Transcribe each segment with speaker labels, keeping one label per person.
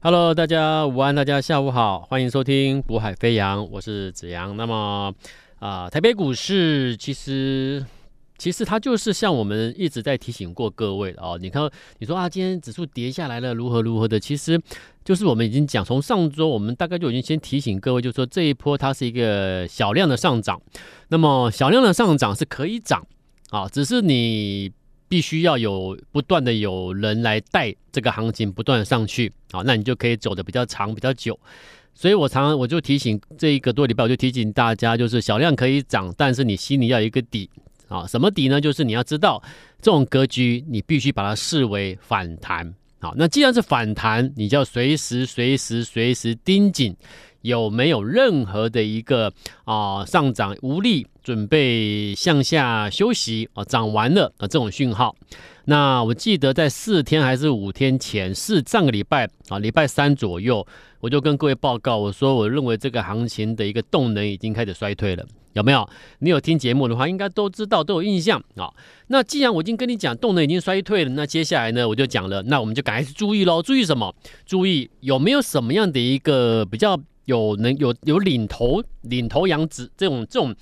Speaker 1: Hello，大家午安，大家下午好，欢迎收听股海飞扬，我是子阳。那么台北股市其实它就是像我们一直在提醒过各位的哦。你看，你说今天指数跌下来了，如何的，其实就是我们已经讲，从上周我们大概就已经先提醒各位，就是说这一波它是一个小量的上涨，那么小量的上涨是可以涨只是你必须要不断的有人来带这个行情不断的上去，那你就可以走得比较长比较久。所以我就提醒这一个多礼拜，我就提醒大家，就是小量可以涨，但是你心里要有一个底什么底呢？就是你要知道这种格局，你必须把它视为反弹。那既然是反弹，你就要随时盯紧有没有任何的一个上涨无力，准备向下休息涨完了这种讯号。那我记得在4天还是5天前，上个礼拜礼拜3左右，我就跟各位报告，我说我认为这个行情的一个动能已经开始衰退了。有没有？你有听节目的话，应该都知道，都有印象那既然我已经跟你讲动能已经衰退了，那接下来呢，我就讲了，那我们就赶快去注意咯。注意什么？注意有没有什么样的一个比较有领头羊这种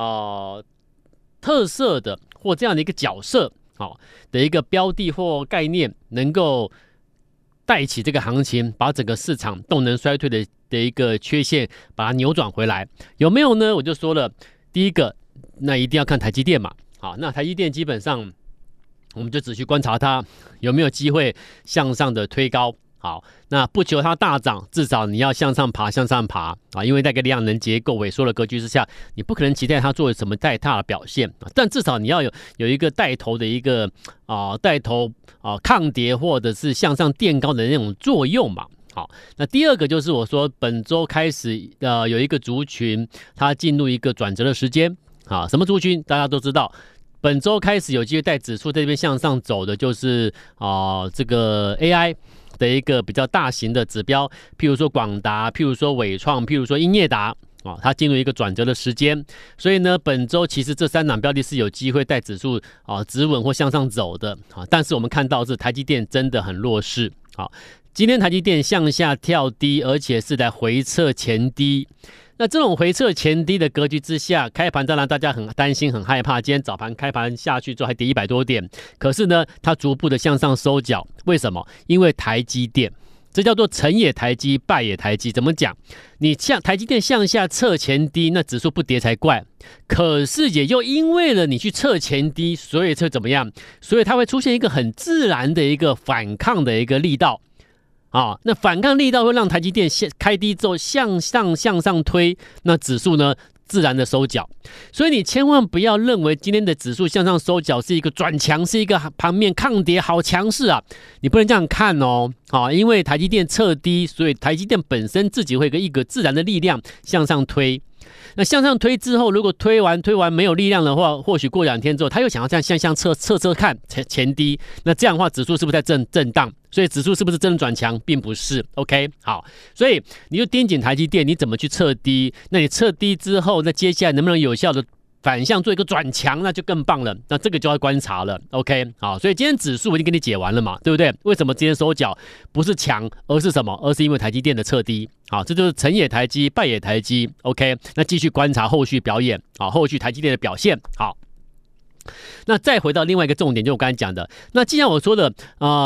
Speaker 1: 特色的或这样的一个角色的一个标的或概念，能够带起这个行情，把整个市场动能衰退的一个缺陷把它扭转回来，有没有呢？我就说了，第一个，那一定要看台积电嘛。那台积电基本上我们就只去观察它有没有机会向上的推高。好，那不求它大涨，至少你要向上爬因为那个量能结构萎缩的格局之下，你不可能期待它做什么太大的表现但至少你要有一个带头的一个抗跌或者是向上垫高的那种作用嘛。好，那第二个就是我说本周开始有一个族群它进入一个转折的时间什么族群大家都知道，本周开始有机会带指数在这边向上走的就是这个 AI 的一个比较大型的指标，譬如说广达，譬如说伟创，譬如说英业达它进入一个转折的时间。所以呢，本周其实这3档标的是有机会带指数止稳或向上走的但是我们看到是台积电真的很弱势今天台积电向下跳低，而且是在回测前低。那这种回测前低的格局之下，开盘当然大家很担心很害怕，今天早盘开盘下去之后还跌100多点，可是呢它逐步的向上收脚。为什么？因为台积电，这叫做成也台积，败也台积。怎么讲？你台积电向下测前低，那指数不跌才怪。可是也就因为了你去测前低，所以怎么样？所以它会出现一个很自然的一个反抗的一个力道那反抗力道会让台积电开低之后向上推，那指数呢自然的收脚。所以你千万不要认为今天的指数向上收脚是一个转强，是一个盘面抗跌好强势你不能这样看因为台积电测低，所以台积电本身自己会有一个自然的力量向上推。那向上推之后，如果推完没有力量的话，或许过2天之后他又想要这样向上测看前低，那这样的话指数是不是在震荡？所以指数是不是真的转强？并不是。 OK， 好，所以你就盯紧台积电，你怎么去测低？那你测低之后，那接下来能不能有效的反向做一个转强，那就更棒了。那这个就要观察了。 OK， 好，所以今天指数我已经跟你解完了嘛，对不对？为什么今天收脚不是强，而是什么？而是因为台积电的测低。好，这就是成也台积，败也台积。 OK， 那继续观察后续表演后续台积电的表现。好，那再回到另外一个重点，就我刚才讲的，那既然我说的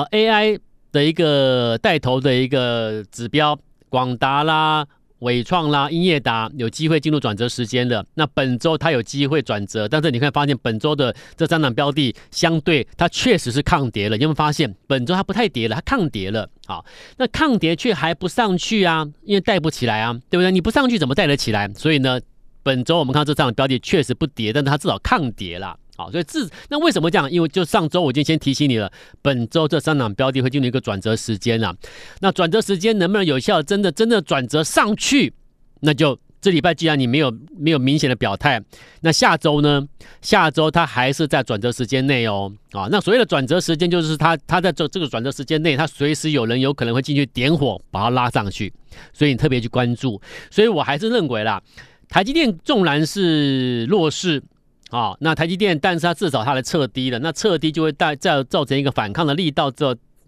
Speaker 1: AI 的一个带头的一个指标，广达啦、伟创啦、英业达有机会进入转折时间了。那本周它有机会转折，但是你会发现本周的这3档标的相对它确实是抗跌了。你有没有发现本周它不太跌了，它抗跌了？好，那抗跌却还不上去因为带不起来对不对？你不上去怎么带得起来？所以呢，本周我们看到这3档标的确实不跌，但是它至少抗跌了。好，所以那为什么这样？因为就上周我已经先提醒你了，本周这3档标的会进入一个转折时间那转折时间能不能有效真的转折上去？那就这礼拜既然你没有明显的表态，那下周呢？下周它还是在转折时间内那所谓的转折时间就是它在这个转折时间内，它随时有人有可能会进去点火把它拉上去，所以你特别去关注。所以我还是认为啦，台积电纵然是弱势那台积电，但是它至少它来测低了，那测低就会造成一个反抗的力道之后，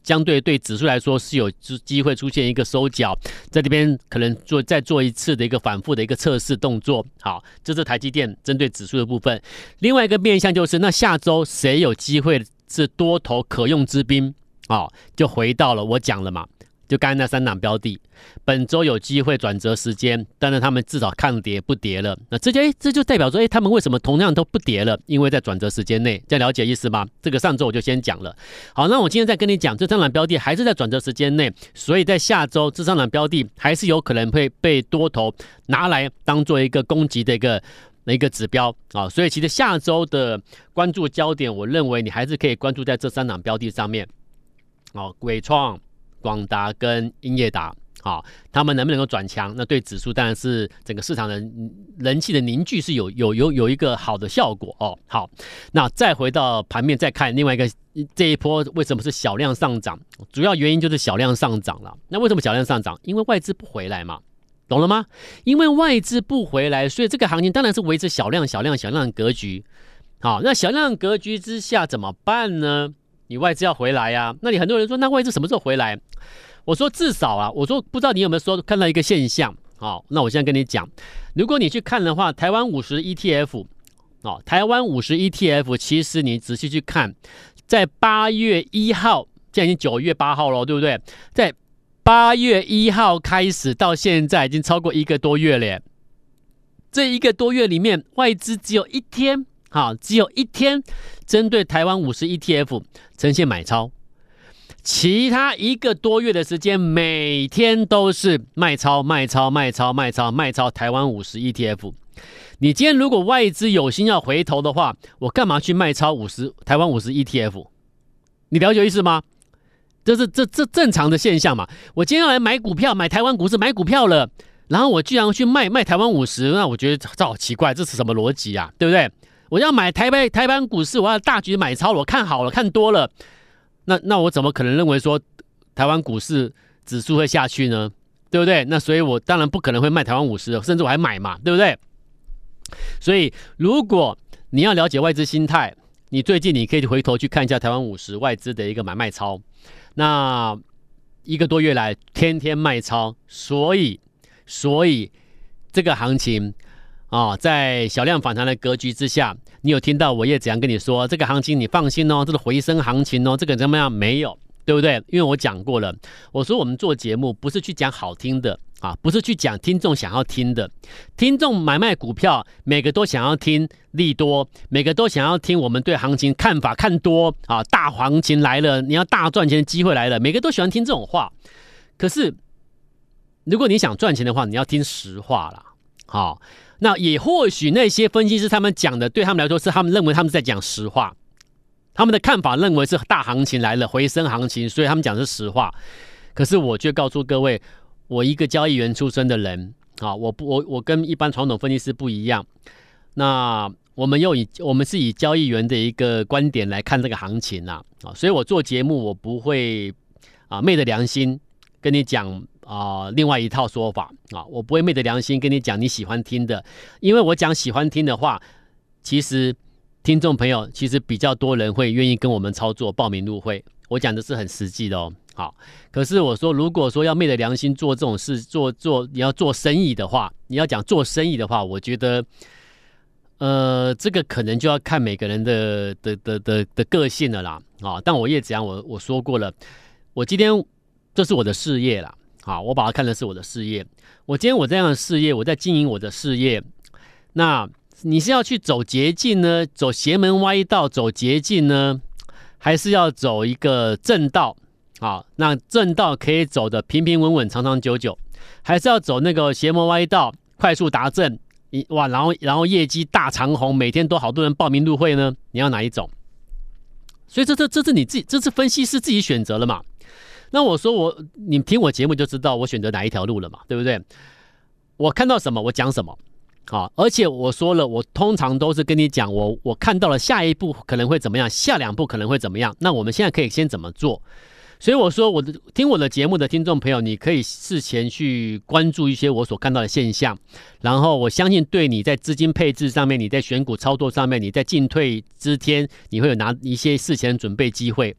Speaker 1: 相对对指数来说是有机会出现一个收脚，在这边可能再做一次的一个反复的一个测试动作。好，这是台积电针对指数的部分。另外一个面向就是，那下周谁有机会是多头可用之兵？就回到了我讲了嘛。就刚才那3档标的，本周有机会转折时间，当然他们至少抗跌不跌了。那这就代表说，他们为什么同样都不跌了？因为在转折时间内，这样了解意思吗？这个上周我就先讲了。好，那我今天再跟你讲，这3档标的还是在转折时间内，所以在下周这3档标的还是有可能会被多头拿来当做一个攻击的一个指标啊。所以其实下周的关注焦点，我认为你还是可以关注在这3档标的上面。伟创、广达跟英业达，他们能不能够转强？那对指数当然是整个市场的人气的凝聚是有一个好的效果哦。好，那再回到盘面再看另外一个，这一波为什么是小量上涨？主要原因就是小量上涨了。那为什么小量上涨？因为外资不回来嘛，懂了吗？因为外资不回来，所以这个行情当然是维持小量的格局。好，那小量格局之下怎么办呢？你外资要回来啊，那你很多人说，那外资什么时候回来？我说至少啊，我说不知道你有没有看到一个现象。好，那我现在跟你讲，如果你去看的话，台湾50 ETF，台湾50 ETF， 其实你仔细去看，在8月1号，现在已经9月8号了，对不对？在8月1号开始到现在，已经超过1个多月了。这1个多月里面，外资只有1天。只有1天针对台湾50 ETF 呈现买超，其他1个多月的时间，每天都是卖超台湾50 ETF。你今天如果外资有心要回头的话，我干嘛去卖超台湾50 ETF？ 你了解意思吗？这是正常的现象嘛。我今天要来买股票，买台湾股市，买股票了，然后我居然去卖台湾50，那我觉得这好奇怪，这是什么逻辑啊？对不对？我要买台湾股市，我要大举买超，我看好了，看多了，那我怎么可能认为说台湾股市指数会下去呢？对不对？那所以我当然不可能会卖台湾50，甚至我还买嘛，对不对？所以如果你要了解外资心态，你最近你可以回头去看一下台湾50外资的一个买卖超，那1个多月来天天卖超，所以这个行情在小量反弹的格局之下，你有听到我也怎样跟你说，这个行情你放心哦，这个回升行情哦，这个怎么样？没有，对不对？因为我讲过了，我说我们做节目不是去讲好听的不是去讲听众想要听的。听众买卖股票，每个都想要听利多，每个都想要听我们对行情看法看多大行情来了，你要大赚钱的机会来了，每个都喜欢听这种话。可是如果你想赚钱的话，你要听实话啦。那也或许那些分析师他们讲的，对他们来说是他们认为他们在讲实话，他们的看法认为是大行情来了，回升行情，所以他们讲的是实话。可是我却告诉各位，我一个交易员出身的人我跟一般传统分析师不一样。那我们是以交易员的一个观点来看这个行情所以我做节目我不会昧着良心跟你讲另外一套说法我不会昧着良心跟你讲你喜欢听的，因为我讲喜欢听的话，其实听众朋友其实比较多人会愿意跟我们操作报名入会，我讲的是很实际的哦。好，可是我说如果说要昧着良心做这种事，你要做生意的话，你要讲做生意的话，我觉得这个可能就要看每个人的个性了啦但我也讲我说过了，我今天这是我的事业啦我把它看的是我的事业。我今天我这样的事业，我在经营我的事业。那你是要去走捷径呢，走邪门歪道，走捷径呢，还是要走一个正道那正道可以走的平平稳稳，长长久久，还是要走那个邪门歪道，快速达阵然后业绩大长红，每天都好多人报名入会呢？你要哪一种？所以这是你自己，这是分析师自己选择了嘛？那我说你听我节目就知道我选择哪一条路了嘛，对不对？我看到什么我讲什么而且我说了，我通常都是跟你讲我看到了下一步可能会怎么样，下2步可能会怎么样，那我们现在可以先怎么做。所以我说听我的节目的听众朋友，你可以事前去关注一些我所看到的现象，然后我相信对你在资金配置上面，你在选股操作上面，你在进退之间，你会有拿一些事前准备机会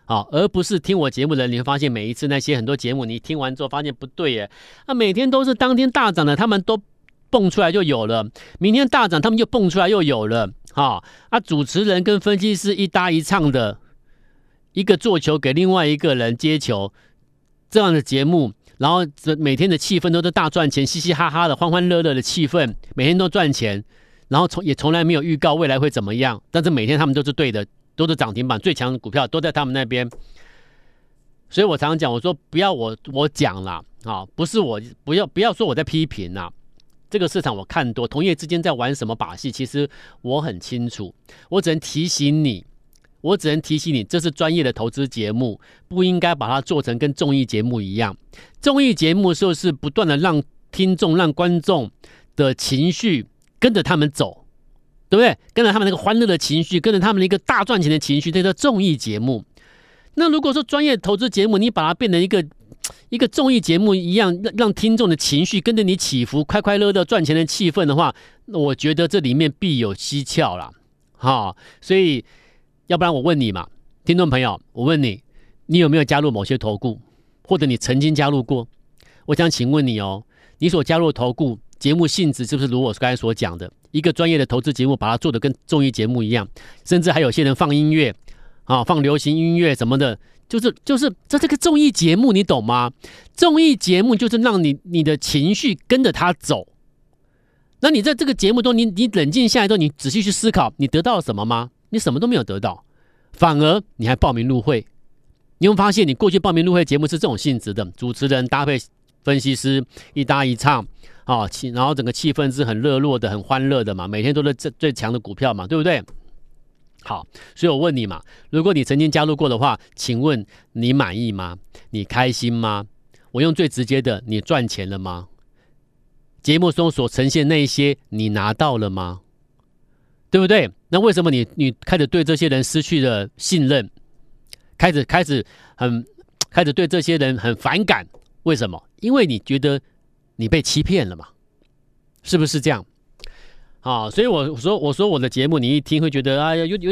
Speaker 1: 好，而不是听我节目的人，你会发现每一次那些很多节目，你听完之后发现不对耶，每天都是当天大涨的，他们都蹦出来就有了，明天大涨他们就蹦出来又有了，主持人跟分析师一搭一唱的，一个做球给另外一个人接球，这样的节目，然后每天的气氛都是大赚钱，嘻嘻哈哈的，欢欢乐乐的气氛，每天都赚钱，然后也从来没有预告未来会怎么样，但是每天他们都是对的。都是涨停板，最强的股票都在他们那边，所以我常常讲，我说不要我讲啦，不是我不要说我在批评啦，这个市场我看多，同业之间在玩什么把戏，其实我很清楚，我只能提醒你，这是专业的投资节目，不应该把它做成跟综艺节目一样。综艺节目就是不断的让听众、让观众的情绪跟着他们走。对不对？跟着他们那个欢乐的情绪，跟着他们一个大赚钱的情绪，这叫综艺节目。那如果说专业投资节目，你把它变成一个综艺节目一样，让听众的情绪跟着你起伏，快快乐乐赚钱的气氛的话，我觉得这里面必有蹊跷啦。所以要不然我问你嘛，听众朋友，我问你，你有没有加入某些投顾，或者你曾经加入过？我想请问你哦，你所加入的投顾节目性质是不是如我刚才所讲的？一个专业的投资节目，把它做得跟综艺节目一样，甚至还有些人放音乐放流行音乐什么的，就是这个综艺节目，你懂吗？综艺节目就是让你的情绪跟着它走。那你在这个节目中，你冷静下来之后，你仔细去思考，你得到了什么吗？你什么都没有得到，反而你还报名入会。你会发现，你过去报名入会节目是这种性质的，主持人搭配分析师一搭一唱。然后整个气氛是很热络的，很欢乐的嘛，每天都是最强的股票嘛，对不对？好，所以我问你嘛，如果你曾经加入过的话，请问你满意吗？你开心吗？我用最直接的，你赚钱了吗？节目中所呈现那一些，你拿到了吗？对不对？那为什么你开始对这些人失去了信任，开始对这些人很反感？为什么？因为你觉得你被欺骗了嘛？是不是这样？所以我说我的节目，你一听会觉得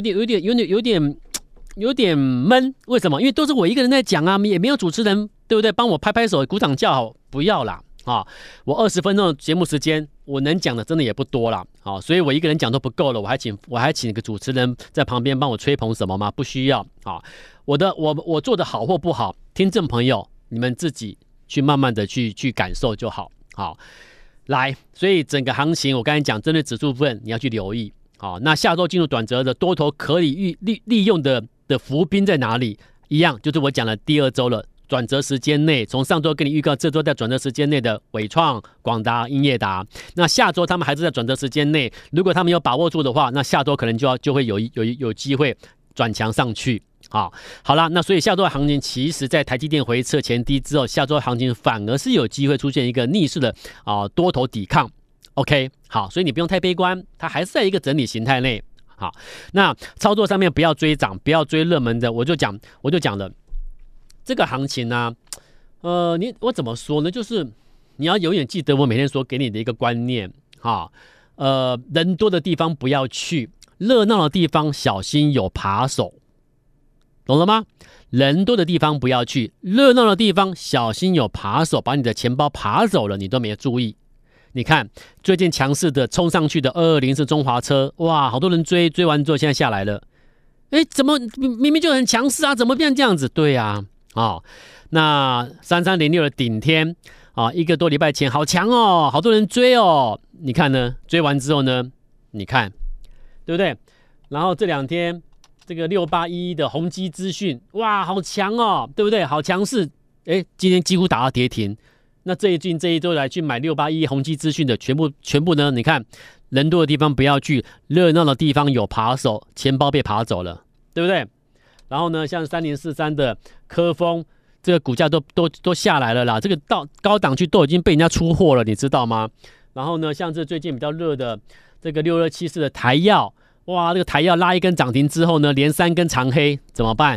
Speaker 1: 有点闷。为什么？因为都是我一个人在讲啊，也没有主持人，对不对？帮我拍拍手、鼓掌叫好，不要啦我20分钟的节目时间，我能讲的真的也不多啦所以我一个人讲都不够了，我还请一个主持人在旁边帮我吹捧什么吗？不需要我做的好或不好，听众朋友你们自己去慢慢的去感受就好。来，所以整个行情我刚才讲，针对指数部分你要去留意。那下周进入转折的多头可以利用的伏兵在哪里？一样，就是我讲的第2周了。转折时间内，从上周跟你预告，这周在转折时间内的伟创、广达、英业达，那下周他们还是在转折时间内。如果他们有把握住的话，那下周可能就会有机会转强上去。好啦，那所以下周的行情，其实在台积电回撤前低之后，下周行情反而是有机会出现一个逆势的多头抵抗。OK， 好，所以你不用太悲观，它还是在一个整理形态内。好，那操作上面不要追涨，不要追热门的，我就讲了。这个行情呢，我怎么说呢？就是你要永远记得我每天所给你的一个观念，人多的地方不要去，热闹的地方小心有扒手，懂了吗？人多的地方不要去，热闹的地方小心有扒手，把你的钱包扒走了，你都没注意。你看最近强势的冲上去的220是中华车，哇，好多人追完之后现在下来了，怎么明明就很强势啊，怎么变成这样子？对啊。那3306的顶天1个多礼拜前好强哦，好多人追哦。你看呢？追完之后呢？你看，对不对？然后这2天这个6811的宏基资讯，哇，好强哦，对不对？好强势，今天几乎打到跌停。那这一周来去买6811宏基资讯的，全部呢？你看，人多的地方不要去，热闹的地方有扒手，钱包被扒走了，对不对？然后呢，像3043的科峰，这个股价都下来了啦，这个到高档区都已经被人家出货了，你知道吗？然后呢，像这最近比较热的这个6274的台药，哇，这个台药拉一根涨停之后呢，连3根长黑，怎么办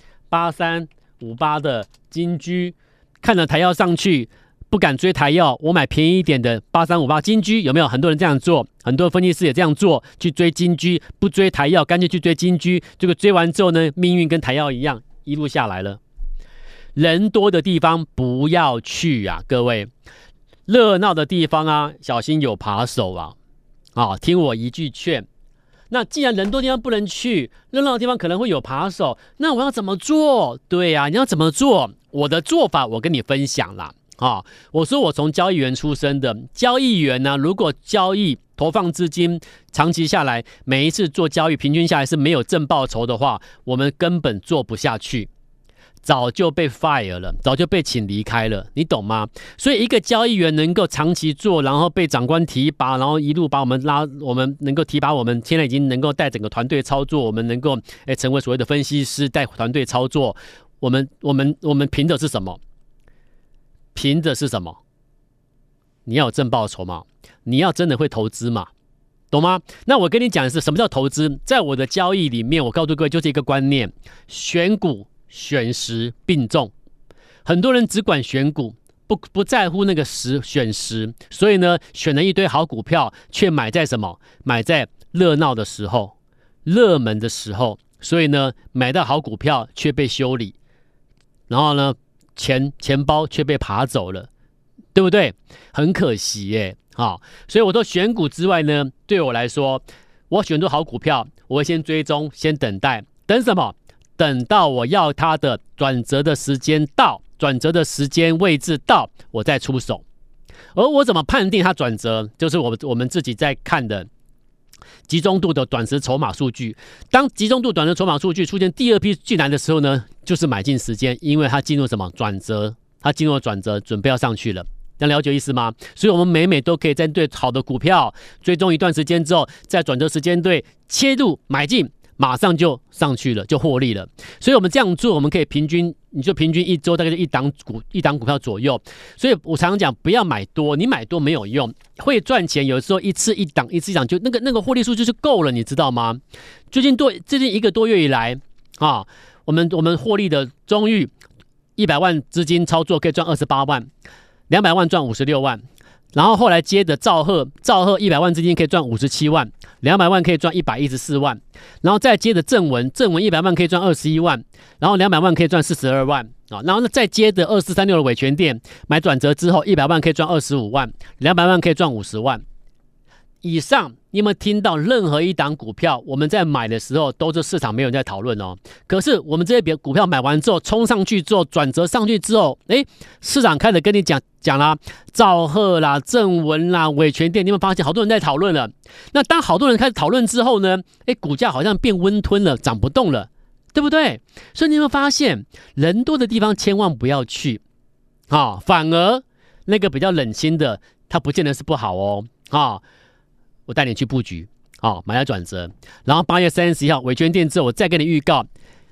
Speaker 1: ？8358的金居，看了台药上去，不敢追台药，我买便宜一点的8358金居，有没有很多人这样做？很多分析师也这样做，去追金居，不追台药，干脆去追金居。这个追完之后呢，命运跟台药一样， 一路下来了。人多的地方不要去啊，各位，热闹的地方啊，小心有扒手啊！听我一句劝。那既然人多地方不能去，热闹的地方可能会有扒手，那我要怎么做？对啊，你要怎么做？我的做法我跟你分享啦。我说我从交易员出身的，交易员呢，如果交易投放资金长期下来，每一次做交易平均下来是没有正报酬的话，我们根本做不下去。早就被 fire 了，早就被请离开了，你懂吗？所以一个交易员能够长期做，然后被长官提拔，然后一路把我们我们能够提拔我们，现在已经能够带整个团队操作，我们能够成为所谓的分析师，带团队操作。我们凭的是什么？凭的是什么？你要有正报酬嘛，你要真的会投资嘛，懂吗？那我跟你讲的是什么叫投资？在我的交易里面，我告诉各位就是一个观念：选股、选时并重。很多人只管选股，不在乎那个选时，所以呢，选了一堆好股票，却买在什么？买在热闹的时候、热门的时候，所以呢，买到好股票却被修理，然后呢，钱包却被扒走了，对不对？很可惜耶。所以我说选股之外呢，对我来说，我选出好股票，我会先追踪，先等待，等什么？等到我要它的转折的时间到，转折的时间位置到，我再出手。而我怎么判定它转折？就是我们自己在看的集中度的短时筹码数据。当集中度短时筹码数据出现第二批进来的时候呢，就是买进时间，因为它进入什么转折？它进入了转折，准备要上去了。能了解意思吗？所以我们每都可以针对好的股票追踪一段时间之后，在转折时间对切入买进，马上就上去了，就获利了。所以我们这样做，我们可以平均一周大概就一档股票左右。所以我常常讲，不要买多，你买多没有用，会赚钱有时候一次一档就那个获利数就是够了，你知道吗？最近1个多月以来我们获利的中裕100万资金操作可以赚28万，200万赚56万。然后后来接的兆赫100万资金可以赚57万，200万可以赚114万，然后再接的正文100万可以赚21万，然后200万可以赚42万然后再接的2436的伟全店买转折之后100万可以赚25万，200万可以赚50万。以上你有没有听到任何一档股票我们在买的时候都是市场没有人在讨论可是我们这些股票买完之后冲上去之后转折上去之后市场开始跟你讲啦，兆赫啦、正文啦、伟全店，你有没有发现好多人在讨论了？那当好多人开始讨论之后呢，股价好像变温吞了，涨不动了，对不对？所以你有没有发现人多的地方千万不要去反而那个比较冷清的它不见得是不好我带你去布局买来转折，然后8月31号伟全店之后，我再给你预告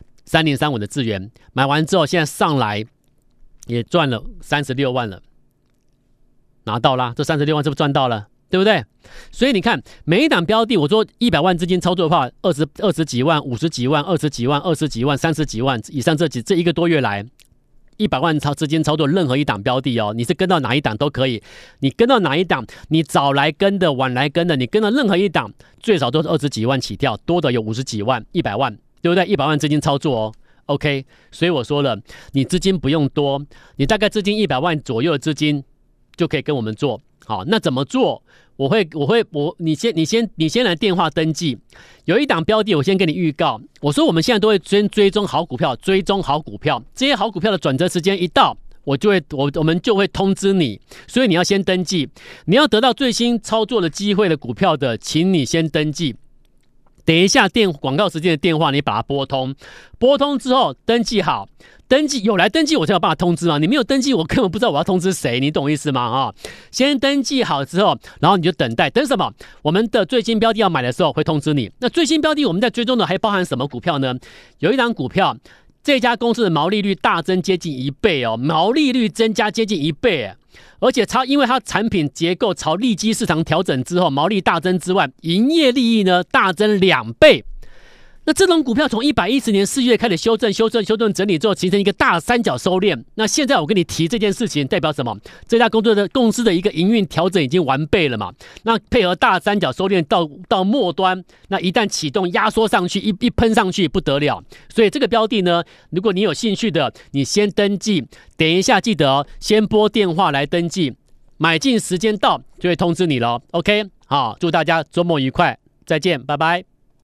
Speaker 1: 3035的智原买完之后，现在上来也赚了36万了，拿到啦，这36万是不是赚到了？对不对？所以你看每一档标的，我说100万资金操作的话，20几万、50几万、20几万、20几万、30几万以上，这1个多月来。100万资金操作任何一档标的你是跟到哪一档都可以。你跟到哪一档，你早来跟的、晚来跟的，你跟到任何一档，最少都是20几万起跳，多的有50几万、100万，对不对？100万资金操作OK， 所以我说了，你资金不用多，你大概资金100万左右的资金就可以跟我们做。好，那怎么做？你先来电话登记。有一档标的，我先给你预告。我说我们现在都会先追踪好股票，这些好股票的转折时间一到，我们就会通知你。所以你要先登记，你要得到最新操作的机会的股票的，请你先登记。等一下广告时间的电话，你把它拨通之后登记好。有来登记我才有办法通知嘛，你没有登记我根本不知道我要通知谁，你懂意思吗？先登记好之后，然后你就等什么？我们的最新标的要买的时候会通知你。那最新标的我们在追踪的还包含什么股票呢？有一档股票，这家公司的毛利率大增接近1倍毛利率增加接近1倍而且因为它产品结构朝利基市场调整之后，毛利大增之外，营业利益呢大增2倍。 那这种股票从110年4月开始修正、整理之后，形成一个大三角收敛。那现在我跟你提这件事情，代表什么？这家公司的一个营运调整已经完备了嘛？那配合大三角收敛到末端，那一旦启动压缩上去，一喷上去不得了。所以这个标的呢，如果你有兴趣的，你先登记，点一下记得哦，先拨电话来登记，买进时间到就会通知你了。OK， 好，祝大家周末愉快，再见，拜拜。